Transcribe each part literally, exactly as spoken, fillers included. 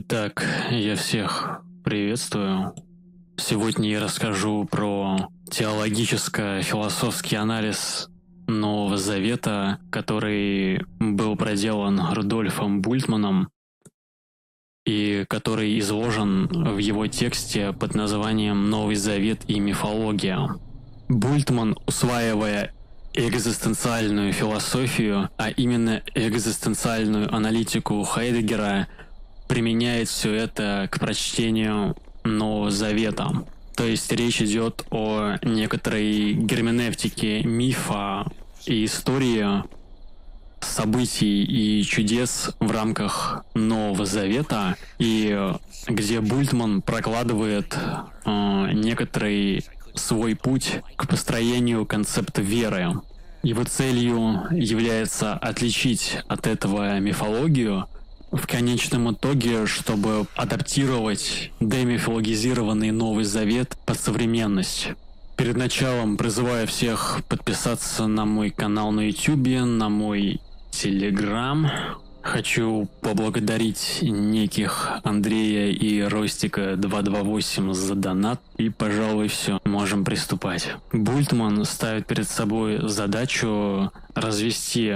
Итак, я всех приветствую. Сегодня я расскажу про теологическо-философский анализ Нового Завета, который был проделан Рудольфом Бультманом и который изложен в его тексте под названием «Новый Завет и мифология». Бультман, усваивая экзистенциальную философию, а именно экзистенциальную аналитику Хайдеггера, применяет все это к прочтению Нового Завета. То есть речь идет о некоторой герменевтике мифа и истории событий и чудес в рамках Нового Завета, и где Бультман прокладывает э, некоторый свой путь к построению концепта веры. Его целью является отличить от этого мифологию в конечном итоге, чтобы адаптировать демифологизированный Новый Завет под современность. Перед началом призываю всех подписаться на мой канал на YouTube, на мой Telegram. Хочу поблагодарить неких Андрея и Ростика два два восемь за донат. И, пожалуй, все, можем приступать. Бультман ставит перед собой задачу развести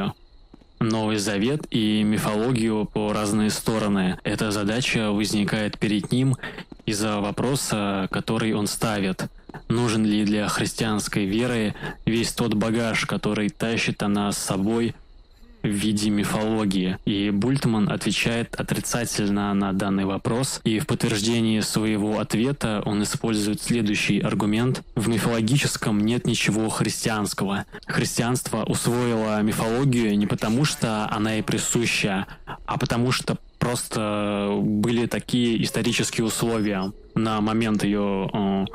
Новый Завет и мифологию по разные стороны. Эта задача возникает перед ним из-за вопроса, который он ставит. Нужен ли для христианской веры весь тот багаж, который тащит она с собой в виде мифологии? И Бультман отвечает отрицательно на данный вопрос, и в подтверждении своего ответа он использует следующий аргумент. В мифологическом нет ничего христианского. Христианство усвоило мифологию не потому, что она ей присуща, а потому что просто были такие исторические условия на момент ее, э,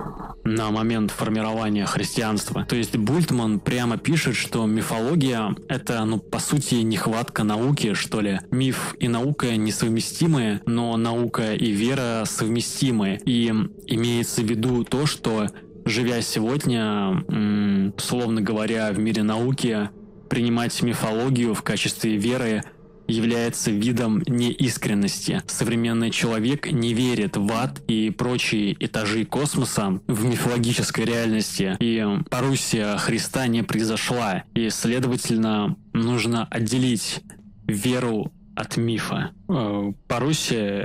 на момент формирования христианства. То есть Бультман прямо пишет, что мифология — это, ну, по сути, нехватка науки, что ли. Миф и наука несовместимы, но наука и вера совместимы. И имеется в виду то, что, живя сегодня, м, словно говоря, в мире науки, принимать мифологию в качестве веры является видом неискренности. Современный человек не верит в ад и прочие этажи космоса в мифологической реальности, и парусия Христа не произошла, и, следовательно, нужно отделить веру от мифа. Парусия —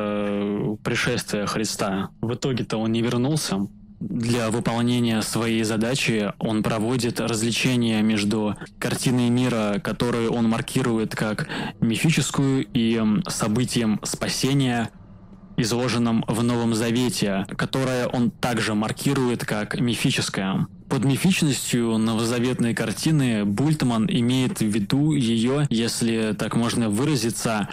это пришествие Христа. В итоге-то он не вернулся. Для выполнения своей задачи он проводит различение между картиной мира, которую он маркирует как мифическую, и событием спасения, изложенным в Новом Завете, которое он также маркирует как мифическое. Под мифичностью новозаветной картины Бультман имеет в виду ее, если так можно выразиться,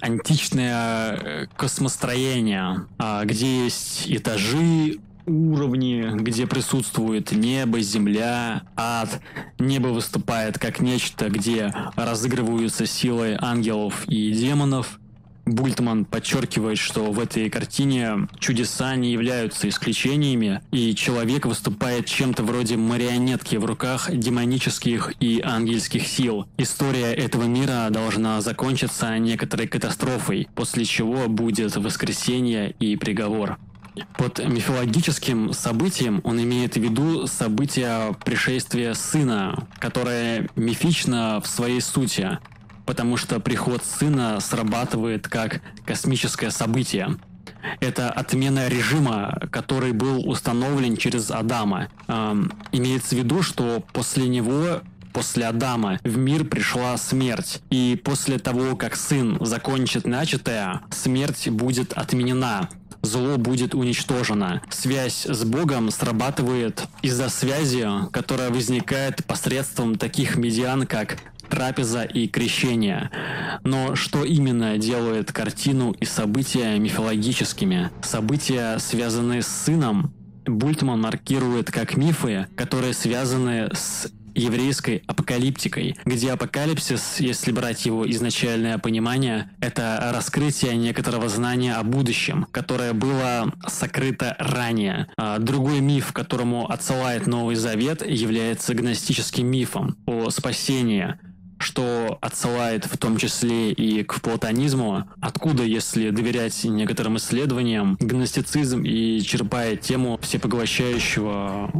античное космостроение, где есть этажи, уровни, где присутствует небо, земля, ад. Небо выступает как нечто, где разыгрываются силы ангелов и демонов. Бультман подчеркивает, что в этой картине чудеса не являются исключениями, и человек выступает чем-то вроде марионетки в руках демонических и ангельских сил. История этого мира должна закончиться некоторой катастрофой, после чего будет воскресение и приговор. Под мифологическим событием он имеет в виду событие пришествия Сына, которое мифично в своей сути, потому что приход Сына срабатывает как космическое событие. Это отмена режима, который был установлен через Адама. Эм, имеется в виду, что после него, после Адама, в мир пришла смерть. И после того, как Сын закончит начатое, смерть будет отменена. Зло будет уничтожено. Связь с Богом срабатывает из-за связи, которая возникает посредством таких медиан, как трапеза и крещение. Но что именно делает картину и события мифологическими? События, связанные с Сыном, Бультман маркирует как мифы, которые связаны с еврейской апокалиптикой, где апокалипсис, если брать его изначальное понимание, это раскрытие некоторого знания о будущем, которое было сокрыто ранее. А другой миф, к которому отсылает Новый Завет, является гностическим мифом о спасении, что отсылает в том числе и к платонизму, откуда, если доверять некоторым исследованиям, гностицизм и черпает тему всепоглощающего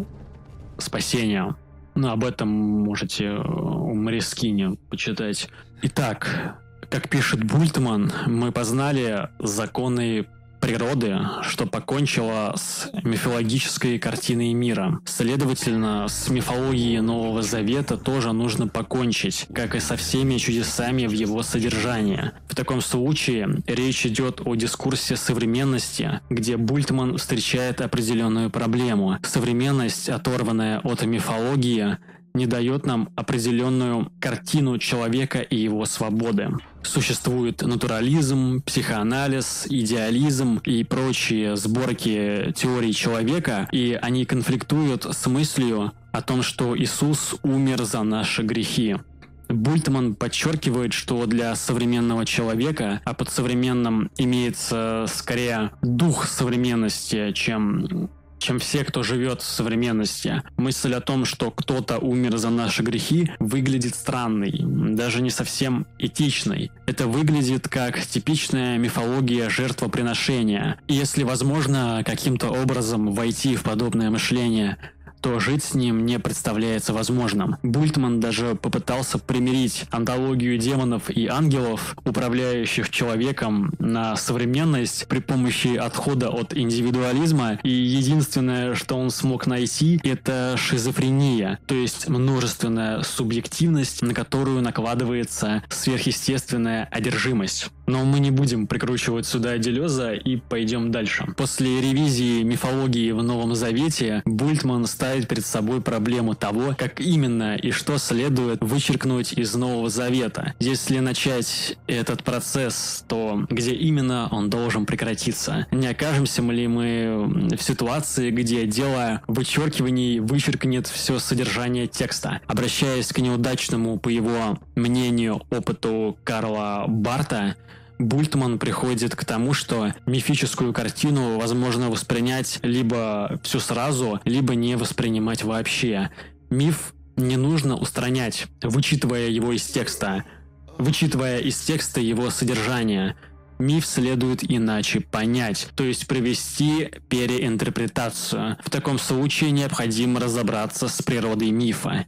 спасения. Ну, об этом можете у Морескини почитать. Итак, как пишет Бультман, мы познали законы природы, что покончило с мифологической картиной мира. Следовательно, с мифологией Нового Завета тоже нужно покончить, как и со всеми чудесами в его содержании. В таком случае речь идет о дискурсе современности, где Бультман встречает определенную проблему. Современность, оторванная от мифологии, не дает нам определенную картину человека и его свободы. Существует натурализм, психоанализ, идеализм и прочие сборки теорий человека, и они конфликтуют с мыслью о том, что Иисус умер за наши грехи. Бультман подчеркивает, что для современного человека, а под современным имеется скорее дух современности, чем... чем все, кто живет в современности. Мысль о том, что кто-то умер за наши грехи, выглядит странной, даже не совсем этичной. Это выглядит как типичная мифология жертвоприношения. И если возможно каким-то образом войти в подобное мышление, то жить с ним не представляется возможным. Бультман даже попытался примирить антологию демонов и ангелов, управляющих человеком, на современность при помощи отхода от индивидуализма, и единственное, что он смог найти, это шизофрения, то есть множественная субъективность, на которую накладывается сверхъестественная одержимость. Но мы не будем прикручивать сюда Делеза и пойдем дальше. После ревизии мифологии в Новом Завете Бультман ставит перед собой проблему того, как именно и что следует вычеркнуть из Нового Завета. Если начать этот процесс, то где именно он должен прекратиться? Не окажемся ли мы в ситуации, где дело вычеркиваний вычеркнет все содержание текста? Обращаясь к неудачному, по его мнению, опыту Карла Барта, Бультман приходит к тому, что мифическую картину возможно воспринять либо всю сразу, либо не воспринимать вообще. Миф не нужно устранять, вычитывая его из текста, вычитывая из текста его содержание. Миф следует иначе понять, то есть провести переинтерпретацию. В таком случае необходимо разобраться с природой мифа.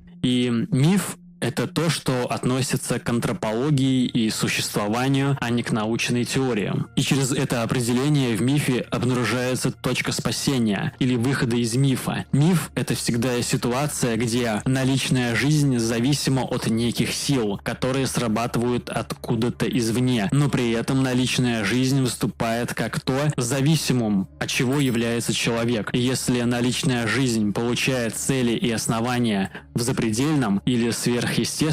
И миф — это то, что относится к антропологии и существованию, а не к научной теории. И через это определение в мифе обнаружается точка спасения или выхода из мифа. Миф — это всегда ситуация, где наличная жизнь зависима от неких сил, которые срабатывают откуда-то извне, но при этом наличная жизнь выступает как то зависимым, от чего является человек. И если наличная жизнь получает цели и основания в запредельном или сверхъестественном,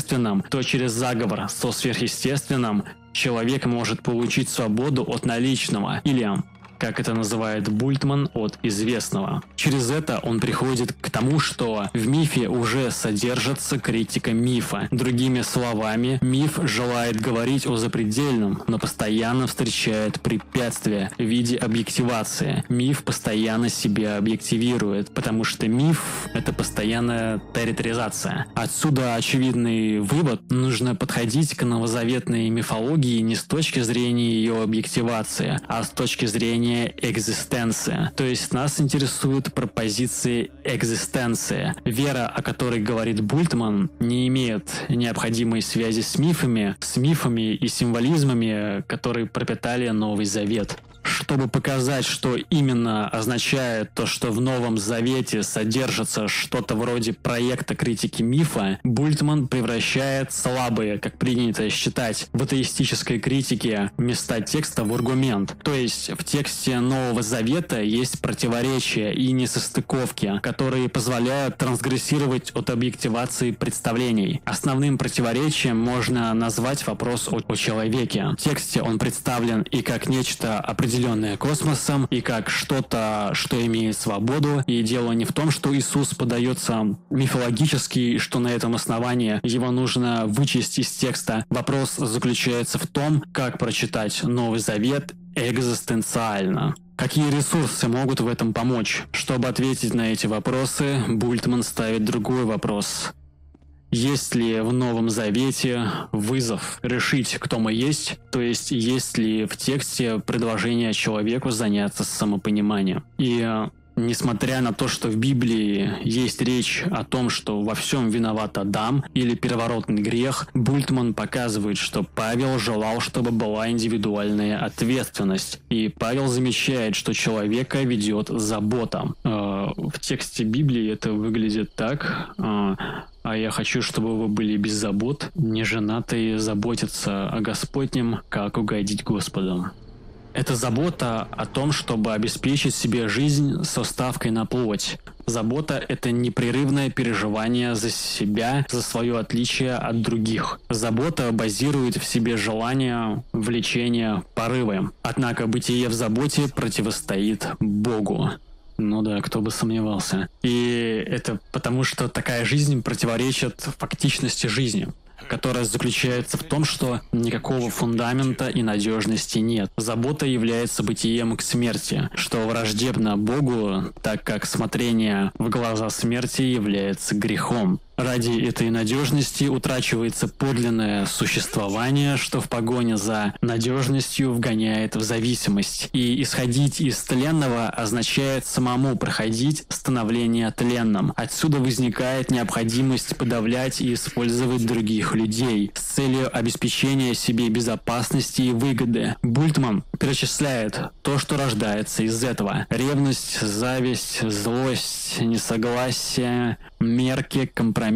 то через заговор со сверхъестественным человек может получить свободу от наличного или, как это называет Бультман, от известного. Через это он приходит к тому, что в мифе уже содержится критика мифа. Другими словами, миф желает говорить о запредельном, но постоянно встречает препятствия в виде объективации. Миф постоянно себя объективирует, потому что миф — это постоянная территоризация. Отсюда очевидный вывод: нужно подходить к новозаветной мифологии не с точки зрения ее объективации, а с точки зрения экзистенция. То есть нас интересуют пропозиции экзистенции. Вера, о которой говорит Бультман, не имеет необходимой связи с мифами, с мифами и символизмами, которые пропитали Новый Завет. Чтобы показать, что именно означает то, что в Новом Завете содержится что-то вроде проекта критики мифа, Бультман превращает слабые, как принято считать, в атеистической критике места текста в аргумент. То есть в тексте Нового Завета есть противоречия и несостыковки, которые позволяют трансгрессировать от объективации представлений. Основным противоречием можно назвать вопрос о, о человеке. В тексте он представлен и как нечто определенное космосом, и как что-то, что имеет свободу. И дело не в том, что Иисус подается мифологически, что на этом основании его нужно вычесть из текста. Вопрос заключается в том, как прочитать Новый Завет экзистенциально. Какие ресурсы могут в этом помочь? Чтобы ответить на эти вопросы, Бультман ставит другой вопрос. Есть ли в Новом Завете вызов решить, кто мы есть, то есть есть ли в тексте предложение человеку заняться самопониманием. И несмотря на то, что в Библии есть речь о том, что во всем виноват Адам или первородный грех, Бультман показывает, что Павел желал, чтобы была индивидуальная ответственность. И Павел замечает, что человека ведет забота. В тексте Библии это выглядит так: «А я хочу, чтобы вы были без забот, неженатые, заботятся о Господнем, как угодить Господу». Это забота о том, чтобы обеспечить себе жизнь со ставкой на плоть. Забота – это непрерывное переживание за себя, за свое отличие от других. Забота базирует в себе желание, влечение, порывы. Однако бытие в заботе противостоит Богу. Ну да, кто бы сомневался. И это потому, что такая жизнь противоречит фактичности жизни, которая заключается в том, что никакого фундамента и надежности нет. Забота является бытием к смерти, что враждебно Богу, так как смотрение в глаза смерти является грехом. Ради этой надежности утрачивается подлинное существование, что в погоне за надежностью вгоняет в зависимость. И исходить из тленного означает самому проходить становление тленным. Отсюда возникает необходимость подавлять и использовать других людей с целью обеспечения себе безопасности и выгоды. Бультман перечисляет то, что рождается из этого: ревность, зависть, злость, несогласие, мерки, компромиссы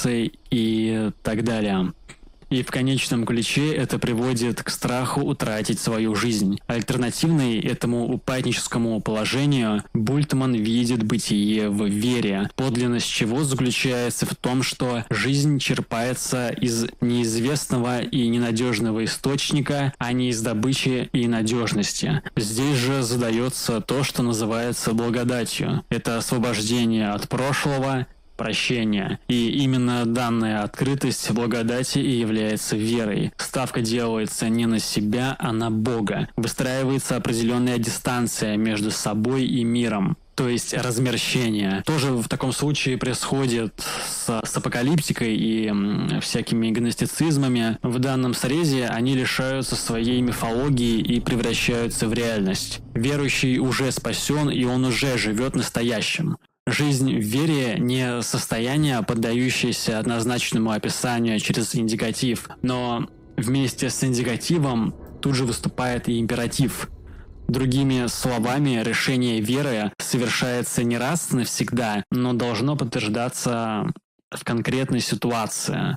и так далее. И в конечном ключе это приводит к страху утратить свою жизнь. Альтернативной этому упадническому положению Бультман видит бытие в вере, подлинность чего заключается в том, что жизнь черпается из неизвестного и ненадежного источника, а не из добычи и надежности. Здесь же задается то, что называется благодатью. Это освобождение от прошлого, прощения. И именно данная открытость благодати и является верой. Ставка делается не на себя, а на Бога. Выстраивается определенная дистанция между собой и миром, то есть размерщение. Тоже в таком случае происходит с, с апокалиптикой и м, всякими гностицизмами. В данном срезе они лишаются своей мифологии и превращаются в реальность. Верующий уже спасен, и он уже живет настоящим. Жизнь в вере не состояние, поддающееся однозначному описанию через индикатив, но вместе с индикативом тут же выступает и императив. Другими словами, решение веры совершается не раз навсегда, но должно подтверждаться в конкретной ситуации,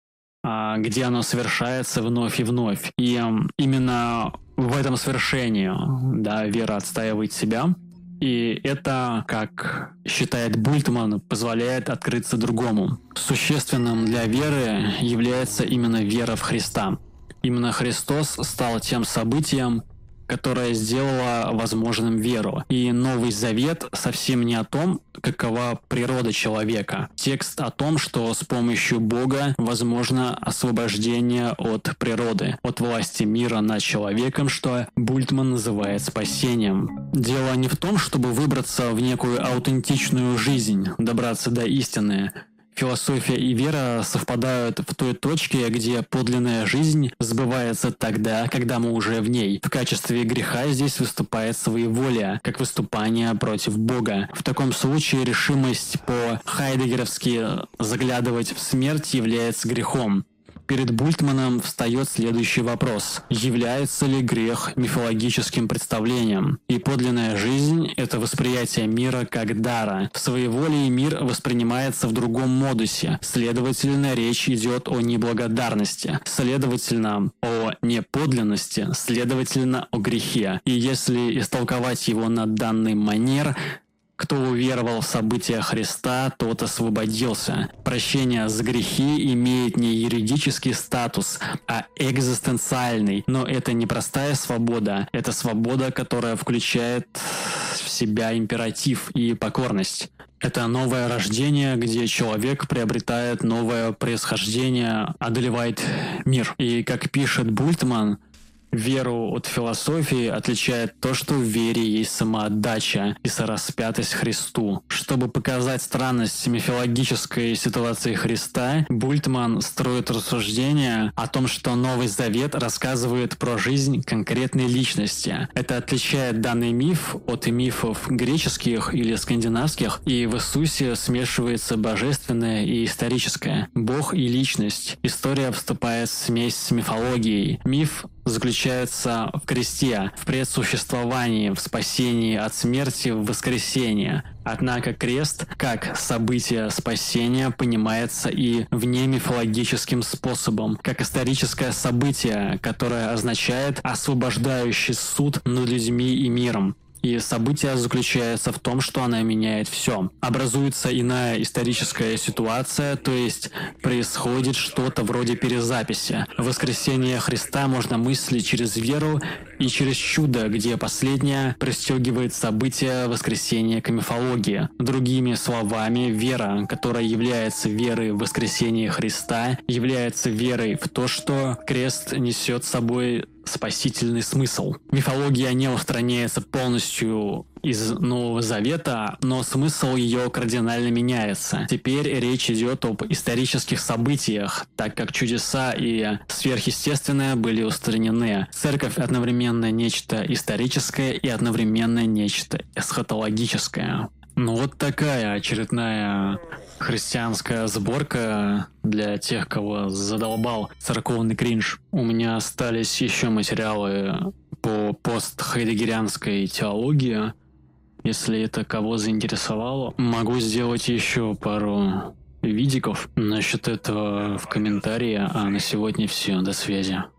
где оно совершается вновь и вновь. И именно в этом совершении, да, вера отстаивает себя. И это, как считает Бультман, позволяет открыться другому. Существенным для веры является именно вера в Христа. Именно Христос стал тем событием, которое сделало возможным веру. И Новый Завет совсем не о том, какова природа человека. Текст о том, что с помощью Бога возможно освобождение от природы, от власти мира над человеком, что Бультман называет спасением. Дело не в том, чтобы выбраться в некую аутентичную жизнь, добраться до истины. Философия и вера совпадают в той точке, где подлинная жизнь сбывается тогда, когда мы уже в ней. В качестве греха здесь выступает своеволие, как выступание против Бога. В таком случае решимость по-хайдеггеровски заглядывать в смерть является грехом. Перед Бультманом встает следующий вопрос: является ли грех мифологическим представлением? И подлинная жизнь – это восприятие мира как дара. В своеволии мир воспринимается в другом модусе. Следовательно, речь идет о неблагодарности. Следовательно, о неподлинности. Следовательно, о грехе. И если истолковать его на данный манер, кто уверовал в события Христа, тот освободился. Прощение за грехи имеет не юридический статус, а экзистенциальный. Но это не простая свобода, это свобода, которая включает в себя императив и покорность. Это новое рождение, где человек приобретает новое происхождение, одолевает мир. И как пишет Бультман, Веру от философии отличает то, что в вере есть самоотдача и сораспятость Христу. Чтобы показать странность мифологической ситуации Христа, Бультман строит рассуждение о том, что Новый Завет рассказывает про жизнь конкретной личности. Это отличает данный миф от мифов греческих или скандинавских, и в Иисусе смешивается божественное и историческое. Бог и личность. История вступает в смесь с мифологией. Миф заключается в кресте, в предсуществовании, в спасении от смерти, в воскресении. Однако крест, как событие спасения, понимается и внемифологическим способом, как историческое событие, которое означает освобождающий суд над людьми и миром. И событие заключается в том, что она меняет все. Образуется иная историческая ситуация, то есть происходит что-то вроде перезаписи. Воскресение Христа можно мыслить через веру и через чудо, где последнее пристегивает события воскресения к мифологии. Другими словами, вера, которая является верой в воскресение Христа, является верой в то, что крест несет с собой спасительный смысл. Мифология не устраняется полностью из Нового Завета, но смысл ее кардинально меняется. Теперь речь идет об исторических событиях, так как чудеса и сверхъестественное были устранены. Церковь одновременно нечто историческое и одновременно нечто эсхатологическое. Ну вот такая очередная христианская сборка для тех, кого задолбал церковный кринж. У меня остались еще материалы по постхайдеггерианской теологии. Если это кого заинтересовало, могу сделать еще пару видиков насчет этого в комментарии. А на сегодня все. До связи.